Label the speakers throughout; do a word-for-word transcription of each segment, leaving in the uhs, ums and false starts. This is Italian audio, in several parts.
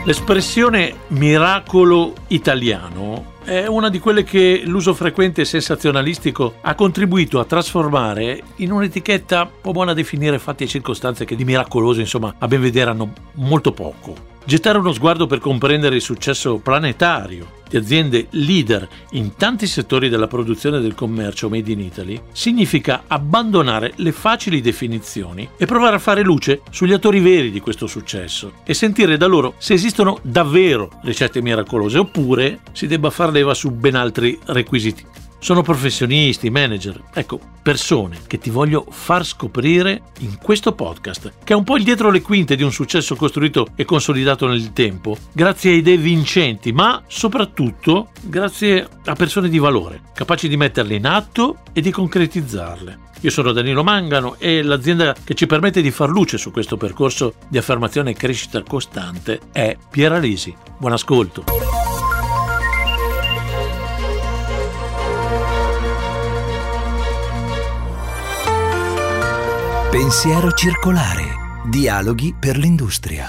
Speaker 1: L'espressione miracolo italiano è una di quelle che l'uso frequente e sensazionalistico ha contribuito a trasformare in un'etichetta un po' buona a definire fatti e circostanze che di miracoloso, insomma, a ben vedere hanno molto poco. Gettare uno sguardo per comprendere il successo planetario di aziende leader in tanti settori della produzione e del commercio made in Italy significa abbandonare le facili definizioni e provare a fare luce sugli attori veri di questo successo e sentire da loro se esistono davvero ricette miracolose oppure si debba far leva su ben altri requisiti. Sono professionisti, manager, ecco, persone che ti voglio far scoprire in questo podcast, che è un po' il dietro le quinte di un successo costruito e consolidato nel tempo, grazie a idee vincenti, ma soprattutto grazie a persone di valore, capaci di metterle in atto e di concretizzarle. Io sono Danilo Mangano e l'azienda che ci permette di far luce su questo percorso di affermazione e crescita costante è Pieralisi. Buon ascolto.
Speaker 2: Pensiero circolare. Dialoghi per l'industria.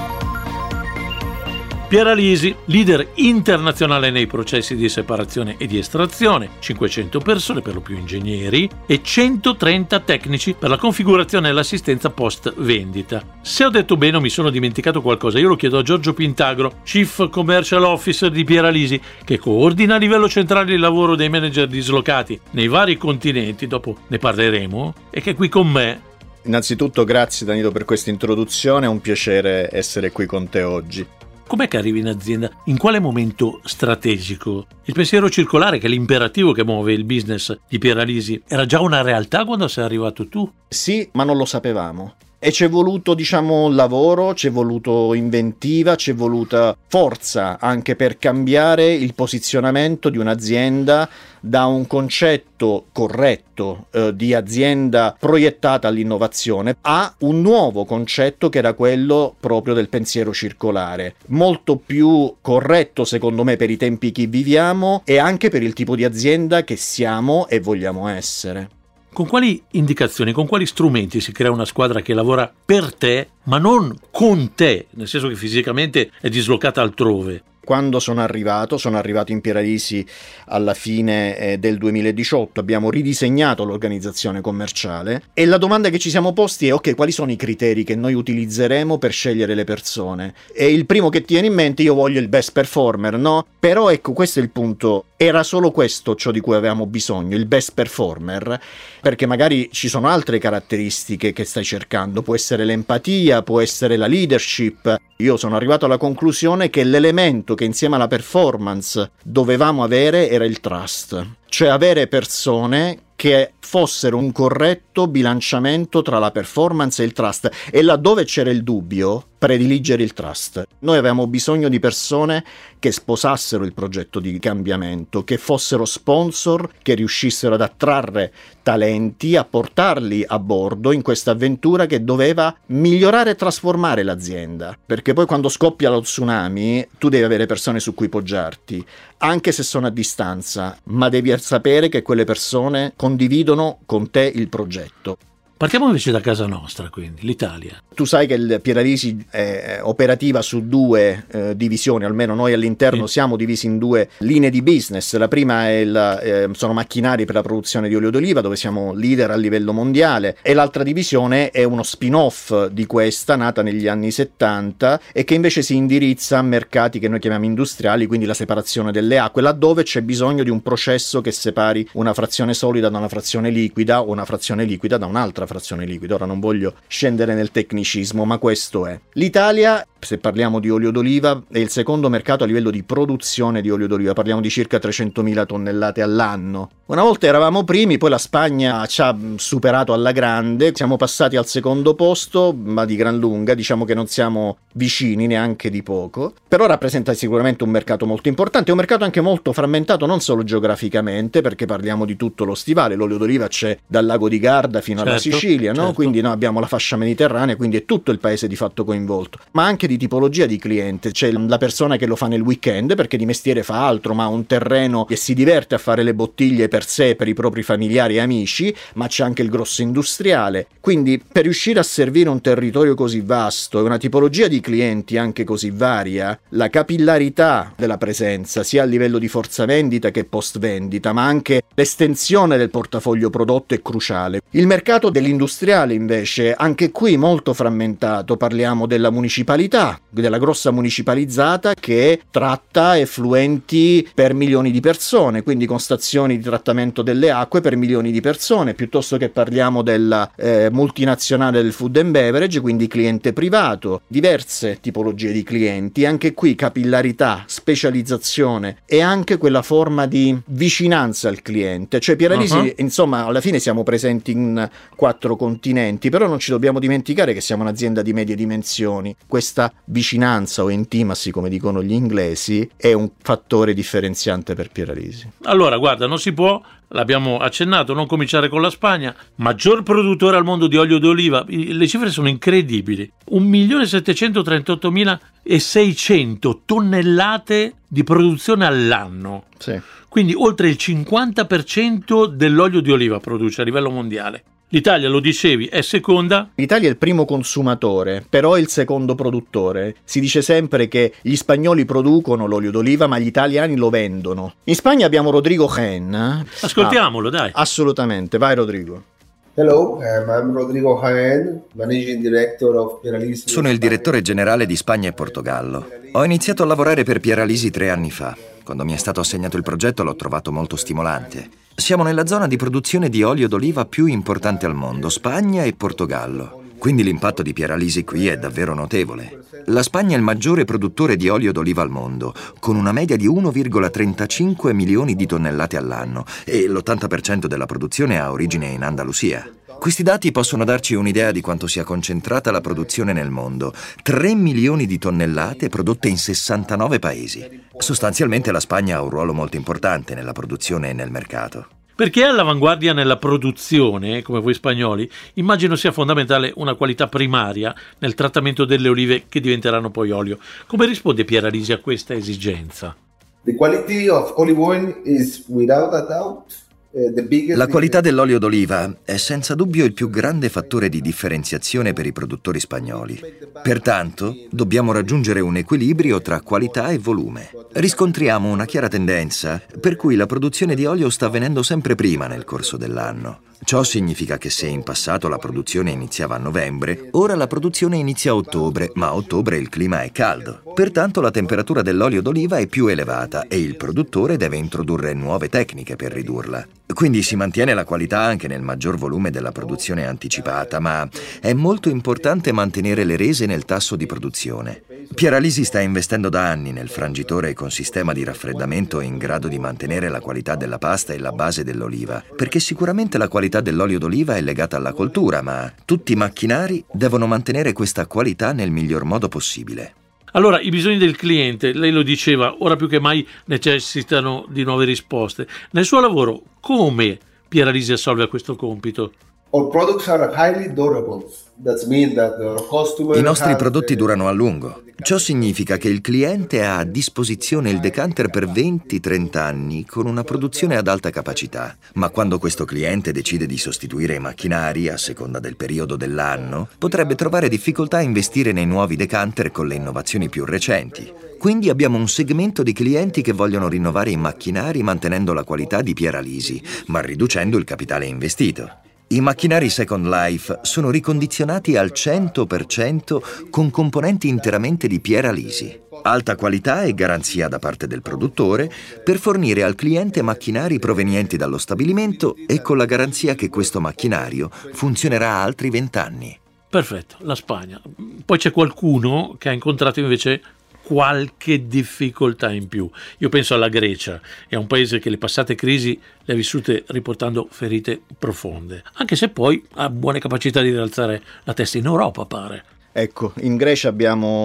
Speaker 1: Pieralisi, leader internazionale nei processi di separazione e di estrazione, cinquecento persone, per lo più ingegneri, e centotrenta tecnici per la configurazione e l'assistenza post vendita. Se ho detto bene o mi sono dimenticato qualcosa, io lo chiedo a Giorgio Pintagro, Chief Commercial Officer di Pieralisi, che coordina a livello centrale il lavoro dei manager dislocati nei vari continenti, dopo ne parleremo, e che è qui con me.
Speaker 3: Innanzitutto grazie Danilo per questa introduzione, è un piacere essere qui con te oggi.
Speaker 1: Com'è che arrivi in azienda? In quale momento strategico? Il pensiero circolare, che è l'imperativo che muove il business di Pieralisi, era già una realtà quando sei arrivato tu?
Speaker 3: Sì, ma non lo sapevamo. E c'è voluto, diciamo, lavoro, c'è voluto inventiva, c'è voluta forza anche per cambiare il posizionamento di un'azienda da un concetto corretto eh, di azienda proiettata all'innovazione a un nuovo concetto che era quello proprio del pensiero circolare, molto più corretto secondo me per i tempi che viviamo e anche per il tipo di azienda che siamo e vogliamo essere.
Speaker 1: Con quali indicazioni, con quali strumenti si crea una squadra che lavora per te, ma non con te, nel senso che fisicamente è dislocata altrove?
Speaker 3: Quando sono arrivato, sono arrivato in Pieralisi alla fine eh, del duemiladiciotto, abbiamo ridisegnato l'organizzazione commerciale e la domanda che ci siamo posti è: ok, quali sono i criteri che noi utilizzeremo per scegliere le persone? E il primo che tiene in mente, io voglio il best performer, no? Però ecco, questo è il punto, era solo questo ciò di cui avevamo bisogno, il best performer, perché magari ci sono altre caratteristiche che stai cercando, può essere l'empatia, può essere la leadership. Io sono arrivato alla conclusione che l'elemento che insieme alla performance dovevamo avere era il trust, cioè avere persone che fossero un corretto bilanciamento tra la performance e il trust, e laddove c'era il dubbio prediligere il trust. Noi avevamo bisogno di persone che sposassero il progetto di cambiamento, che fossero sponsor, che riuscissero ad attrarre talenti, a portarli a bordo in questa avventura che doveva migliorare e trasformare l'azienda, perché poi quando scoppia lo tsunami tu devi avere persone su cui poggiarti, anche se sono a distanza, ma devi sapere che quelle persone condividono con te il progetto.
Speaker 1: Partiamo invece da casa nostra, quindi, l'Italia.
Speaker 3: Tu sai che il Pieralisi è operativa su due eh, divisioni, almeno noi all'interno sì. Siamo divisi in due linee di business. La prima è il, eh, sono macchinari per la produzione di olio d'oliva, dove siamo leader a livello mondiale, e l'altra divisione è uno spin-off di questa, nata negli anni settanta, e che invece si indirizza a mercati che noi chiamiamo industriali, quindi la separazione delle acque, laddove c'è bisogno di un processo che separi una frazione solida da una frazione liquida o una frazione liquida da un'altra frazione liquida. Ora non voglio scendere nel tecnicismo, ma questo è. L'Italia, se parliamo di olio d'oliva, è il secondo mercato a livello di produzione di olio d'oliva, parliamo di circa trecentomila tonnellate all'anno. Una volta eravamo primi, poi la Spagna ci ha superato alla grande, siamo passati al secondo posto, ma di gran lunga, diciamo che non siamo vicini neanche di poco, però rappresenta sicuramente un mercato molto importante, un mercato anche molto frammentato, non solo geograficamente, perché parliamo di tutto lo stivale, l'olio d'oliva c'è dal lago di Garda fino certo, alla Sicilia, no? Certo. Quindi noi abbiamo la fascia mediterranea, quindi è tutto il paese di fatto coinvolto, ma anche di di tipologia di cliente. C'è la persona che lo fa nel weekend perché di mestiere fa altro, ma ha un terreno e si diverte a fare le bottiglie per sé, per i propri familiari e amici, ma c'è anche il grosso industriale. Quindi per riuscire a servire un territorio così vasto e una tipologia di clienti anche così varia, la capillarità della presenza sia a livello di forza vendita che post vendita, ma anche l'estensione del portafoglio prodotto è cruciale. Il mercato dell'industriale invece, anche qui molto frammentato, parliamo della municipalità, della grossa municipalizzata che tratta effluenti per milioni di persone, quindi con stazioni di trattamento delle acque per milioni di persone, piuttosto che parliamo della eh, multinazionale del food and beverage, quindi cliente privato, diverse tipologie di clienti, anche qui capillarità, specializzazione e anche quella forma di vicinanza al cliente. Cioè Pieralisi, uh-huh. insomma, alla fine siamo presenti in quattro continenti, però non ci dobbiamo dimenticare che siamo un'azienda di medie dimensioni. Questa vicinanza o intimacy, come dicono gli inglesi, è un fattore differenziante per Pieralisi.
Speaker 1: Allora, guarda, non si può, l'abbiamo accennato, non cominciare con la Spagna, maggior produttore al mondo di olio d'oliva. Le cifre sono incredibili: un milione settecentotrentottamilaseicento tonnellate di produzione all'anno.
Speaker 3: Sì.
Speaker 1: Quindi oltre il cinquanta per cento dell'olio di oliva produce a livello mondiale. L'Italia, lo dicevi, è seconda.
Speaker 3: L'Italia è il primo consumatore, però è il secondo produttore. Si dice sempre che gli spagnoli producono l'olio d'oliva, ma gli italiani lo vendono. In Spagna abbiamo Rodrigo Jaén.
Speaker 1: Ascoltiamolo, ah, dai.
Speaker 3: Assolutamente, vai Rodrigo.
Speaker 4: Hello, I'm Rodrigo Jaén, Managing Director of Pieralisi.
Speaker 5: Sono il direttore generale di Spagna e Portogallo. Ho iniziato a lavorare per Pieralisi tre anni fa. Quando mi è stato assegnato il progetto l'ho trovato molto stimolante. Siamo nella zona di produzione di olio d'oliva più importante al mondo, Spagna e Portogallo. Quindi l'impatto di Pieralisi qui è davvero notevole. La Spagna è il maggiore produttore di olio d'oliva al mondo, con una media di uno virgola trentacinque milioni di tonnellate all'anno, e l'ottanta per cento della produzione ha origine in Andalusia. Questi dati possono darci un'idea di quanto sia concentrata la produzione nel mondo. tre milioni di tonnellate prodotte in sessantanove paesi. Sostanzialmente la Spagna ha un ruolo molto importante nella produzione e nel mercato.
Speaker 1: Perché è all'avanguardia nella produzione, come voi spagnoli, immagino sia fondamentale una qualità primaria nel trattamento delle olive che diventeranno poi olio. Come risponde Pieralisi a questa esigenza?
Speaker 4: The quality of olive oil is without a doubt
Speaker 5: La qualità dell'olio d'oliva è senza dubbio il più grande fattore di differenziazione per i produttori spagnoli. Pertanto, dobbiamo raggiungere un equilibrio tra qualità e volume. Riscontriamo una chiara tendenza per cui la produzione di olio sta avvenendo sempre prima nel corso dell'anno. Ciò significa che se in passato la produzione iniziava a novembre, ora la produzione inizia a ottobre, ma a ottobre il clima è caldo. Pertanto la temperatura dell'olio d'oliva è più elevata e il produttore deve introdurre nuove tecniche per ridurla. Quindi si mantiene la qualità anche nel maggior volume della produzione anticipata, ma è molto importante mantenere le rese nel tasso di produzione. Pieralisi sta investendo da anni nel frangitore con sistema di raffreddamento in grado di mantenere la qualità della pasta e la base dell'oliva, perché sicuramente la qualità dell'olio d'oliva è legata alla coltura, ma tutti i macchinari devono mantenere questa qualità nel miglior modo possibile.
Speaker 1: Allora, i bisogni del cliente, lei lo diceva, ora più che mai necessitano di nuove risposte. Nel suo lavoro, come Pieralisi assolve a questo compito?
Speaker 4: Our products are highly durable. That means that our customer
Speaker 5: I nostri
Speaker 4: has
Speaker 5: prodotti
Speaker 4: a...
Speaker 5: durano a lungo. Ciò significa che il cliente ha a disposizione il decanter per venti trenta anni con una produzione ad alta capacità. Ma quando questo cliente decide di sostituire i macchinari, a seconda del periodo dell'anno, potrebbe trovare difficoltà a investire nei nuovi decanter con le innovazioni più recenti. Quindi abbiamo un segmento di clienti che vogliono rinnovare i macchinari mantenendo la qualità di Pieralisi, ma riducendo il capitale investito. I macchinari Second Life sono ricondizionati al cento per cento con componenti interamente di Pieralisi. Alta qualità e garanzia da parte del produttore per fornire al cliente macchinari provenienti dallo stabilimento e con la garanzia che questo macchinario funzionerà altri vent'anni.
Speaker 1: Perfetto, la Spagna. Poi c'è qualcuno che ha incontrato invece qualche difficoltà in più. Io penso alla Grecia, è un paese che le passate crisi le ha vissute riportando ferite profonde, anche se poi ha buone capacità di rialzare la testa in Europa, pare.
Speaker 3: Ecco, in Grecia abbiamo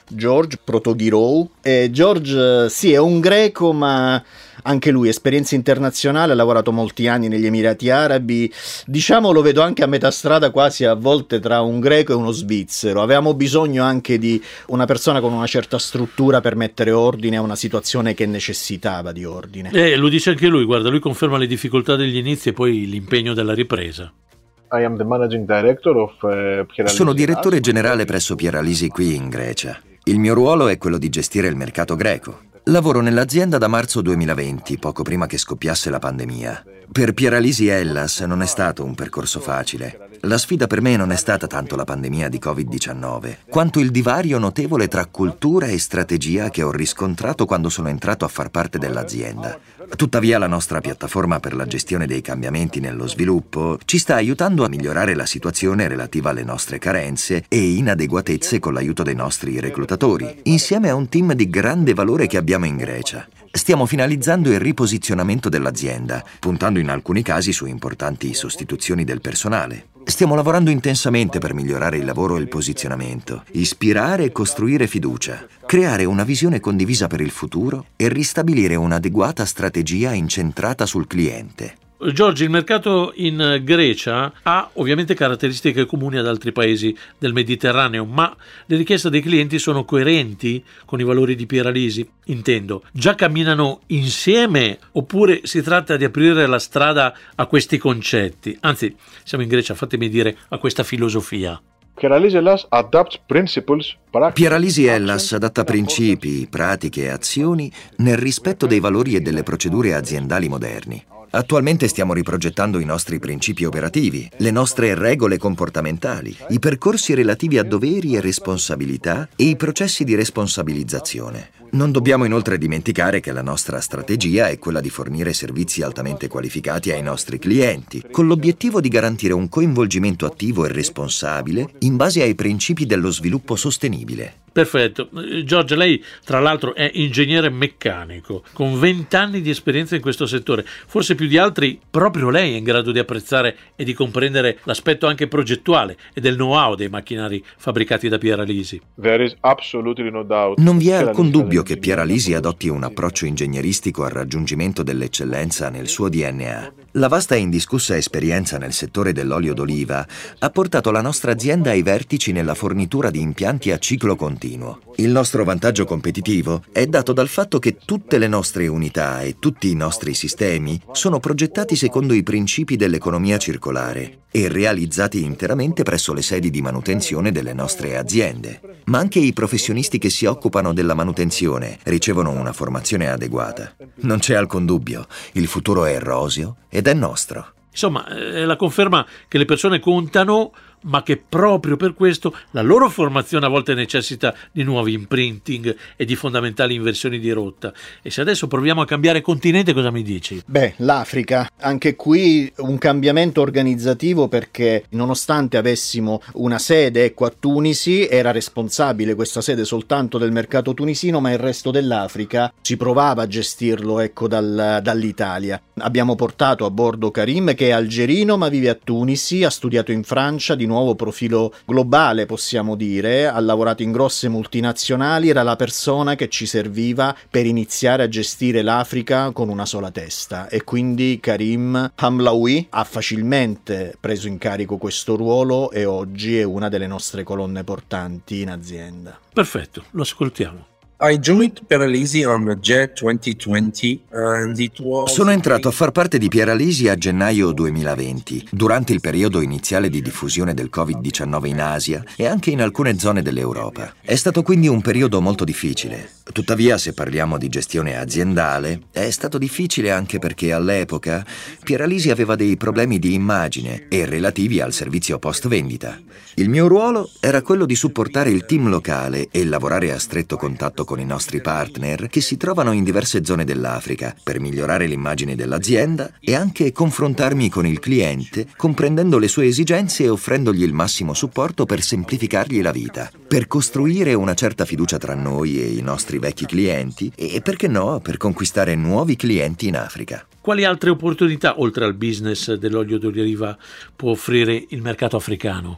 Speaker 3: George Protoghirou. E George sì, è un greco, ma anche lui esperienza internazionale, ha lavorato molti anni negli Emirati Arabi, diciamo lo vedo anche a metà strada quasi a volte tra un greco e uno svizzero. Avevamo bisogno anche di una persona con una certa struttura per mettere ordine a una situazione che necessitava di ordine.
Speaker 1: Eh, lo dice anche lui, guarda, lui conferma le difficoltà degli inizi e poi l'impegno della ripresa.
Speaker 6: I am the managing director of, uh, Pieralisi.
Speaker 5: Sono direttore generale presso Pieralisi qui in Grecia. Il mio ruolo è quello di gestire il mercato greco. Lavoro nell'azienda da marzo duemilaventi, poco prima che scoppiasse la pandemia. Per Pieralisi Hellas non è stato un percorso facile. La sfida per me non è stata tanto la pandemia di covid diciannove, quanto il divario notevole tra cultura e strategia che ho riscontrato quando sono entrato a far parte dell'azienda. Tuttavia la nostra piattaforma per la gestione dei cambiamenti nello sviluppo ci sta aiutando a migliorare la situazione relativa alle nostre carenze e inadeguatezze con l'aiuto dei nostri reclutatori, insieme a un team di grande valore che abbiamo in Grecia. Stiamo finalizzando il riposizionamento dell'azienda, puntando in alcuni casi su importanti sostituzioni del personale. Stiamo lavorando intensamente per migliorare il lavoro e il posizionamento, ispirare e costruire fiducia, creare una visione condivisa per il futuro e ristabilire un'adeguata strategia incentrata sul cliente.
Speaker 1: Giorgi, il mercato in Grecia ha ovviamente caratteristiche comuni ad altri paesi del Mediterraneo, ma le richieste dei clienti sono coerenti con i valori di Pieralisi? Intendo, già camminano insieme oppure si tratta di aprire la strada a questi concetti? Anzi, siamo in Grecia, fatemi dire, a questa filosofia.
Speaker 6: Pieralisi Hellas adapts principles,
Speaker 5: Pieralisi Hellas adatta principi, pratiche e azioni nel rispetto dei valori e delle procedure aziendali moderni. Attualmente stiamo riprogettando i nostri principi operativi, le nostre regole comportamentali, i percorsi relativi a doveri e responsabilità e i processi di responsabilizzazione. Non dobbiamo inoltre dimenticare che la nostra strategia è quella di fornire servizi altamente qualificati ai nostri clienti, con l'obiettivo di garantire un coinvolgimento attivo e responsabile in base ai principi dello sviluppo sostenibile.
Speaker 1: Perfetto. Giorgio, lei tra l'altro è ingegnere meccanico, con vent'anni di esperienza in questo settore. Forse più di altri proprio lei è in grado di apprezzare e di comprendere l'aspetto anche progettuale e del know-how dei macchinari fabbricati da Pieralisi.
Speaker 6: There is absolutely no doubt.
Speaker 5: Non vi è alcun dubbio che Pieralisi adotti un approccio ingegneristico al raggiungimento dell'eccellenza nel suo D N A. La vasta e indiscussa esperienza nel settore dell'olio d'oliva ha portato la nostra azienda ai vertici nella fornitura di impianti a ciclo continuo. Il nostro vantaggio competitivo è dato dal fatto che tutte le nostre unità e tutti i nostri sistemi sono progettati secondo i principi dell'economia circolare e realizzati interamente presso le sedi di manutenzione delle nostre aziende. Ma anche i professionisti che si occupano della manutenzione ricevono una formazione adeguata. Non c'è alcun dubbio, il futuro è roseo ed è nostro.
Speaker 1: Insomma, è la conferma che le persone contano, ma che proprio per questo la loro formazione a volte necessita di nuovi imprinting e di fondamentali inversioni di rotta. E se adesso proviamo a cambiare continente, cosa mi dici?
Speaker 3: Beh, l'Africa, anche qui un cambiamento organizzativo, perché nonostante avessimo una sede ecco a Tunisi, era responsabile questa sede soltanto del mercato tunisino, ma il resto dell'Africa si provava a gestirlo ecco dal, dall'Italia. Abbiamo portato a bordo Karim, che è algerino ma vive a Tunisi, ha studiato in Francia, di nuovo profilo globale possiamo dire, ha lavorato in grosse multinazionali, era la persona che ci serviva per iniziare a gestire l'Africa con una sola testa, e quindi Karim Hamlaoui ha facilmente preso in carico questo ruolo e oggi è una delle nostre colonne portanti in azienda.
Speaker 1: Perfetto, lo ascoltiamo.
Speaker 7: I joined Pieralisi on Jan duemilaventi and it was...
Speaker 5: Sono entrato a far parte di Pieralisi a gennaio duemilaventi, durante il periodo iniziale di diffusione del covid diciannove in Asia e anche in alcune zone dell'Europa. È stato quindi un periodo molto difficile. Tuttavia, se parliamo di gestione aziendale, è stato difficile anche perché all'epoca Pieralisi aveva dei problemi di immagine e relativi al servizio post vendita. Il mio ruolo era quello di supportare il team locale e lavorare a stretto contatto con i nostri partner che si trovano in diverse zone dell'Africa per migliorare l'immagine dell'azienda e anche confrontarmi con il cliente, comprendendo le sue esigenze e offrendogli il massimo supporto per semplificargli la vita, per costruire una certa fiducia tra noi e i nostri vecchi clienti e, perché no, per conquistare nuovi clienti in Africa.
Speaker 1: Quali altre opportunità, oltre al business dell'olio d'oliva, può offrire il mercato africano?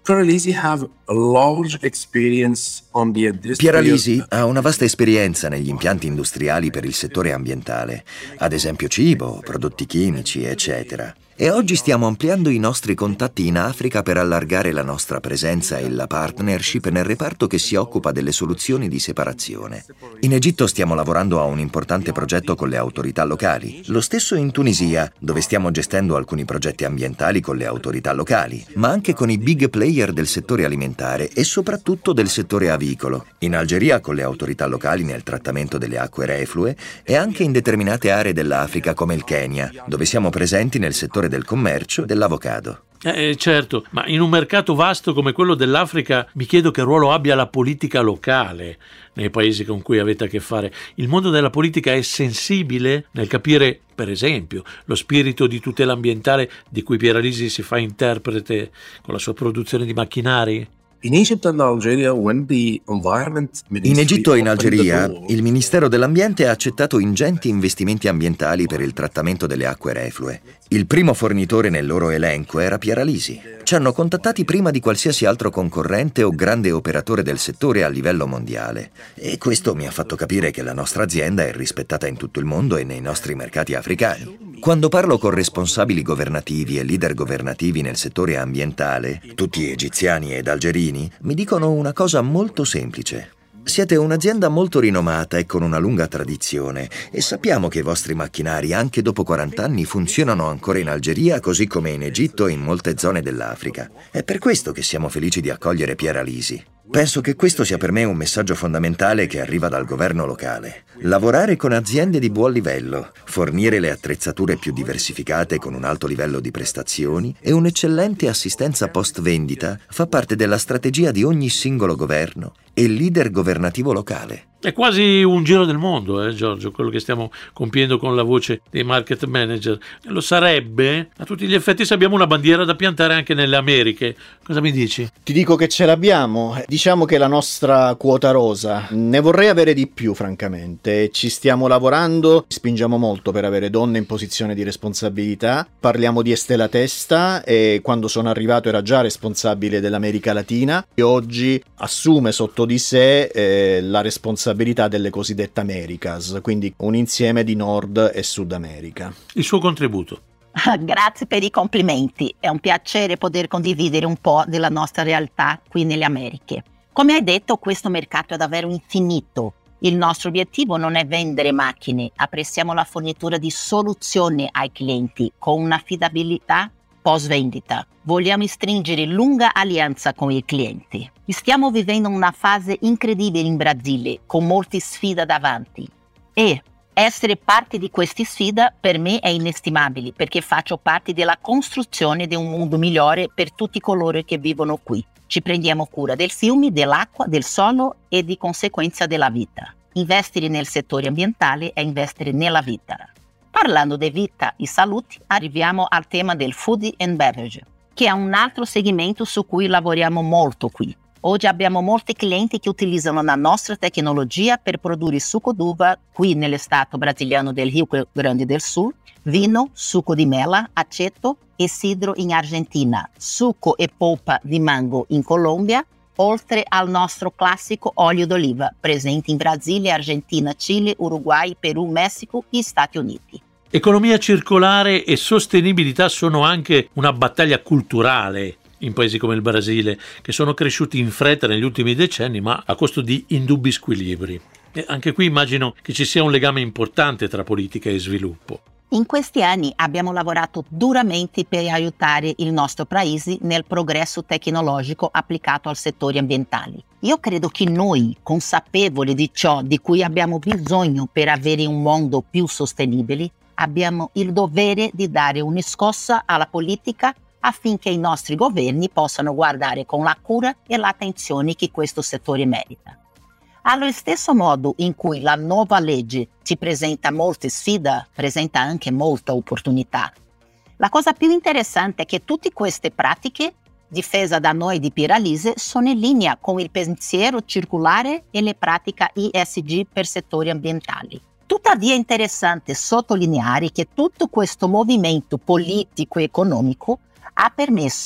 Speaker 7: Pieralisi have a large experience on the industrial...
Speaker 5: Pieralisi ha una vasta esperienza negli impianti industriali per il settore ambientale, ad esempio cibo, prodotti chimici, eccetera. E oggi stiamo ampliando i nostri contatti in Africa per allargare la nostra presenza e la partnership nel reparto che si occupa delle soluzioni di separazione. In Egitto stiamo lavorando a un importante progetto con le autorità locali, lo stesso in Tunisia, dove stiamo gestendo alcuni progetti ambientali con le autorità locali, ma anche con i big player del settore alimentare e soprattutto del settore avicolo. In Algeria con le autorità locali nel trattamento delle acque reflue e anche in determinate aree dell'Africa come il Kenya, dove siamo presenti nel settore del commercio dell'avocado.
Speaker 1: Eh, certo, ma in un mercato vasto come quello dell'Africa mi chiedo che ruolo abbia la politica locale nei paesi con cui avete a che fare. Il mondo della politica è sensibile nel capire, per esempio, lo spirito di tutela ambientale di cui Pieralisi si fa interprete con la sua produzione di macchinari?
Speaker 7: In Egypt and Algeria, when the environment
Speaker 5: In Egitto e in Algeria, il Ministero dell'Ambiente ha accettato ingenti investimenti ambientali per il trattamento delle acque reflue. Il primo fornitore nel loro elenco era Pieralisi. Ci hanno contattati prima di qualsiasi altro concorrente o grande operatore del settore a livello mondiale. E questo mi ha fatto capire che la nostra azienda è rispettata in tutto il mondo e nei nostri mercati africani. Quando parlo con responsabili governativi e leader governativi nel settore ambientale, tutti egiziani ed algerini, mi dicono una cosa molto semplice. Siete un'azienda molto rinomata e con una lunga tradizione e sappiamo che i vostri macchinari anche dopo quaranta anni funzionano ancora in Algeria così come in Egitto e in molte zone dell'Africa. È per questo che siamo felici di accogliere Pieralisi. Penso che questo sia per me un messaggio fondamentale che arriva dal governo locale. Lavorare con aziende di buon livello, fornire le attrezzature più diversificate con un alto livello di prestazioni e un'eccellente assistenza post-vendita fa parte della strategia di ogni singolo governo e leader governativo locale.
Speaker 1: È quasi un giro del mondo, eh, Giorgio, quello che stiamo compiendo con la voce dei market manager. Lo sarebbe a tutti gli effetti se abbiamo una bandiera da piantare anche nelle Americhe. Cosa mi dici?
Speaker 3: Ti dico che ce l'abbiamo. Diciamo che è la nostra quota rosa. Ne vorrei avere di più, francamente. Ci stiamo lavorando, spingiamo molto per avere donne in posizione di responsabilità. Parliamo di Estela Testa e quando sono arrivato era già responsabile dell'America Latina e oggi assume sotto di sé eh, la responsabilità delle cosiddette Americas, quindi un insieme di Nord e Sud America.
Speaker 1: Il suo contributo.
Speaker 8: Grazie per i complimenti, è un piacere poter condividere un po' della nostra realtà qui nelle Americhe. Come hai detto, questo mercato è davvero infinito. Il nostro obiettivo non è vendere macchine, apprezziamo la fornitura di soluzioni ai clienti con un'affidabilità post vendita. Vogliamo stringere lunga alleanza con i clienti. Stiamo vivendo una fase incredibile in Brasile, con molte sfide davanti. E essere parte di queste sfide per me è inestimabile, perché faccio parte della costruzione di un mondo migliore per tutti coloro che vivono qui. Ci prendiamo cura del fiume, dell'acqua, del suolo e di conseguenza della vita. Investire nel settore ambientale è investire nella vita. Parlando di vita e salute, arriviamo al tema del food and beverage, che è un altro segmento su cui lavoriamo molto qui. Oggi abbiamo molti clienti che utilizzano la nostra tecnologia per produrre succo d'uva qui nello stato brasiliano del Rio Grande del Sul, vino, succo di mela, aceto e sidro in Argentina, succo e polpa di mango in Colombia, oltre al nostro classico olio d'oliva, presente in Brasile, Argentina, Cile, Uruguay, Perù, Messico e Stati Uniti.
Speaker 1: Economia circolare e sostenibilità sono anche una battaglia culturale in paesi come il Brasile, che sono cresciuti in fretta negli ultimi decenni, ma a costo di indubbi squilibri. E anche qui immagino che ci sia un legame importante tra politica e sviluppo.
Speaker 8: In questi anni abbiamo lavorato duramente per aiutare il nostro paese nel progresso tecnologico applicato al settore ambientale. Io credo che noi, consapevoli di ciò di cui abbiamo bisogno per avere un mondo più sostenibile, abbiamo il dovere di dare una scossa alla politica affinché i nostri governi possano guardare con la cura e l'attenzione che questo settore merita. Allo stesso modo in cui la nuova legge ci presenta molte sfide, presenta anche molta opportunità. La cosa più interessante è che tutte queste pratiche, difesa da noi di Pieralisi, sono in linea con il pensiero circolare e le pratiche E S G per settori ambientali. Tuttavia è interessante sottolineare che tutto questo movimento politico e economico ha permesso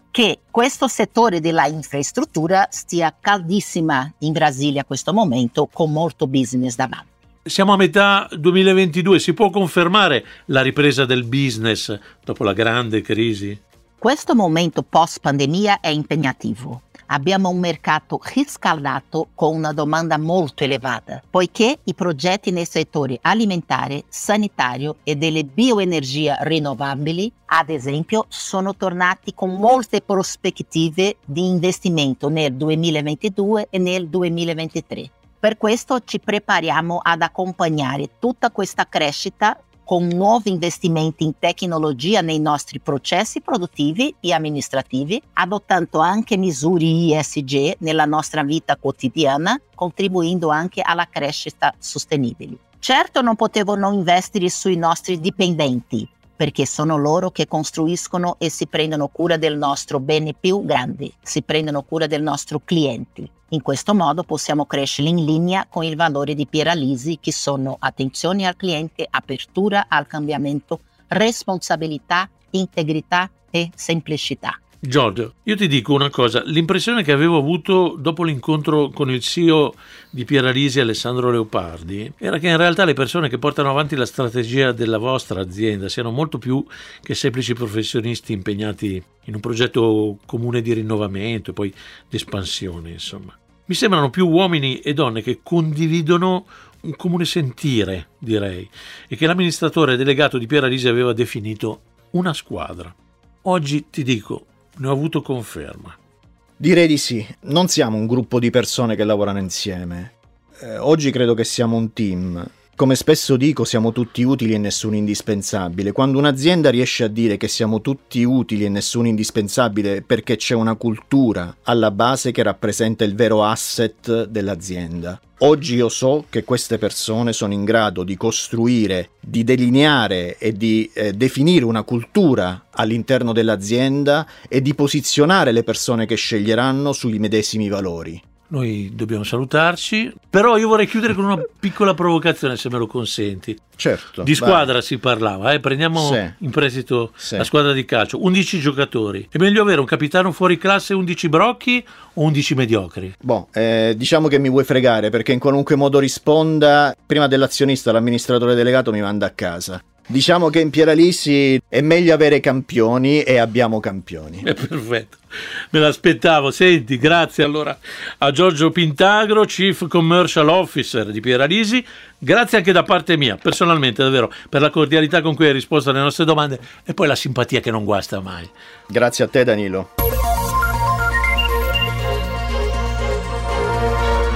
Speaker 8: che questo settore della infrastruttura stia caldissima in Brasile a questo momento, con molto business davanti.
Speaker 1: Siamo a metà duemilaventidue, si può confermare la ripresa del business dopo la grande crisi?
Speaker 8: Questo momento post-pandemia è impegnativo. Abbiamo un mercato riscaldato con una domanda molto elevata, poiché i progetti nei settori alimentare, sanitario e delle bioenergie rinnovabili, ad esempio, sono tornati con molte prospettive di investimento nel duemilaventidue e nel duemilaventitré. Per questo ci prepariamo ad accompagnare tutta questa crescita con nuovi investimenti in tecnologia nei nostri processi produttivi e amministrativi, adottando anche misure E S G nella nostra vita quotidiana, contribuendo anche alla crescita sostenibile. Certo non potevo non investire sui nostri dipendenti, perché sono loro che costruiscono e si prendono cura del nostro bene più grande, si prendono cura del nostro cliente. In questo modo possiamo crescere in linea con il valore di Pieralisi, che sono attenzione al cliente, apertura al cambiamento, responsabilità, integrità e semplicità.
Speaker 1: Giorgio, io ti dico una cosa, l'impressione che avevo avuto dopo l'incontro con il C E O di Pieralisi, Alessandro Leopardi, era che in realtà le persone che portano avanti la strategia della vostra azienda siano molto più che semplici professionisti impegnati in un progetto comune di rinnovamento e poi di espansione, insomma. Mi sembrano più uomini e donne che condividono un comune sentire, direi, e che l'amministratore delegato di Pieralisi aveva definito una squadra. Oggi ti dico, ne ho avuto conferma.
Speaker 3: Direi di sì, non siamo un gruppo di persone che lavorano insieme. Eh, oggi credo che siamo un team. Come spesso dico, siamo tutti utili e nessuno indispensabile. Quando un'azienda riesce a dire che siamo tutti utili e nessuno indispensabile perché c'è una cultura alla base che rappresenta il vero asset dell'azienda. Oggi io so che queste persone sono in grado di costruire, di delineare e di eh, definire una cultura all'interno dell'azienda e di posizionare le persone che sceglieranno sui medesimi valori.
Speaker 1: Noi dobbiamo salutarci, però io vorrei chiudere con una piccola provocazione, se me lo consenti.
Speaker 3: Certo.
Speaker 1: Di squadra vai. Si parlava, eh? Prendiamo
Speaker 3: sì.
Speaker 1: in prestito
Speaker 3: sì.
Speaker 1: la squadra di calcio, undici giocatori. È meglio avere un capitano fuori classe e undici brocchi o undici mediocri?
Speaker 3: Boh, eh, diciamo che mi vuoi fregare, perché in qualunque modo risponda, prima dell'azionista l'amministratore delegato mi manda a casa. Diciamo che in Pieralisi è meglio avere campioni e abbiamo campioni.
Speaker 1: È perfetto, me l'aspettavo. Senti, grazie allora a Giorgio Pintagro, Chief Commercial Officer di Pieralisi. Grazie anche da parte mia, personalmente, davvero, per la cordialità con cui hai risposto alle nostre domande e poi la simpatia che non guasta mai.
Speaker 3: Grazie a te, Danilo.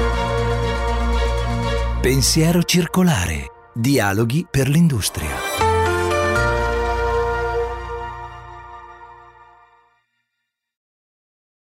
Speaker 2: Pensiero circolare. Dialoghi per l'industria.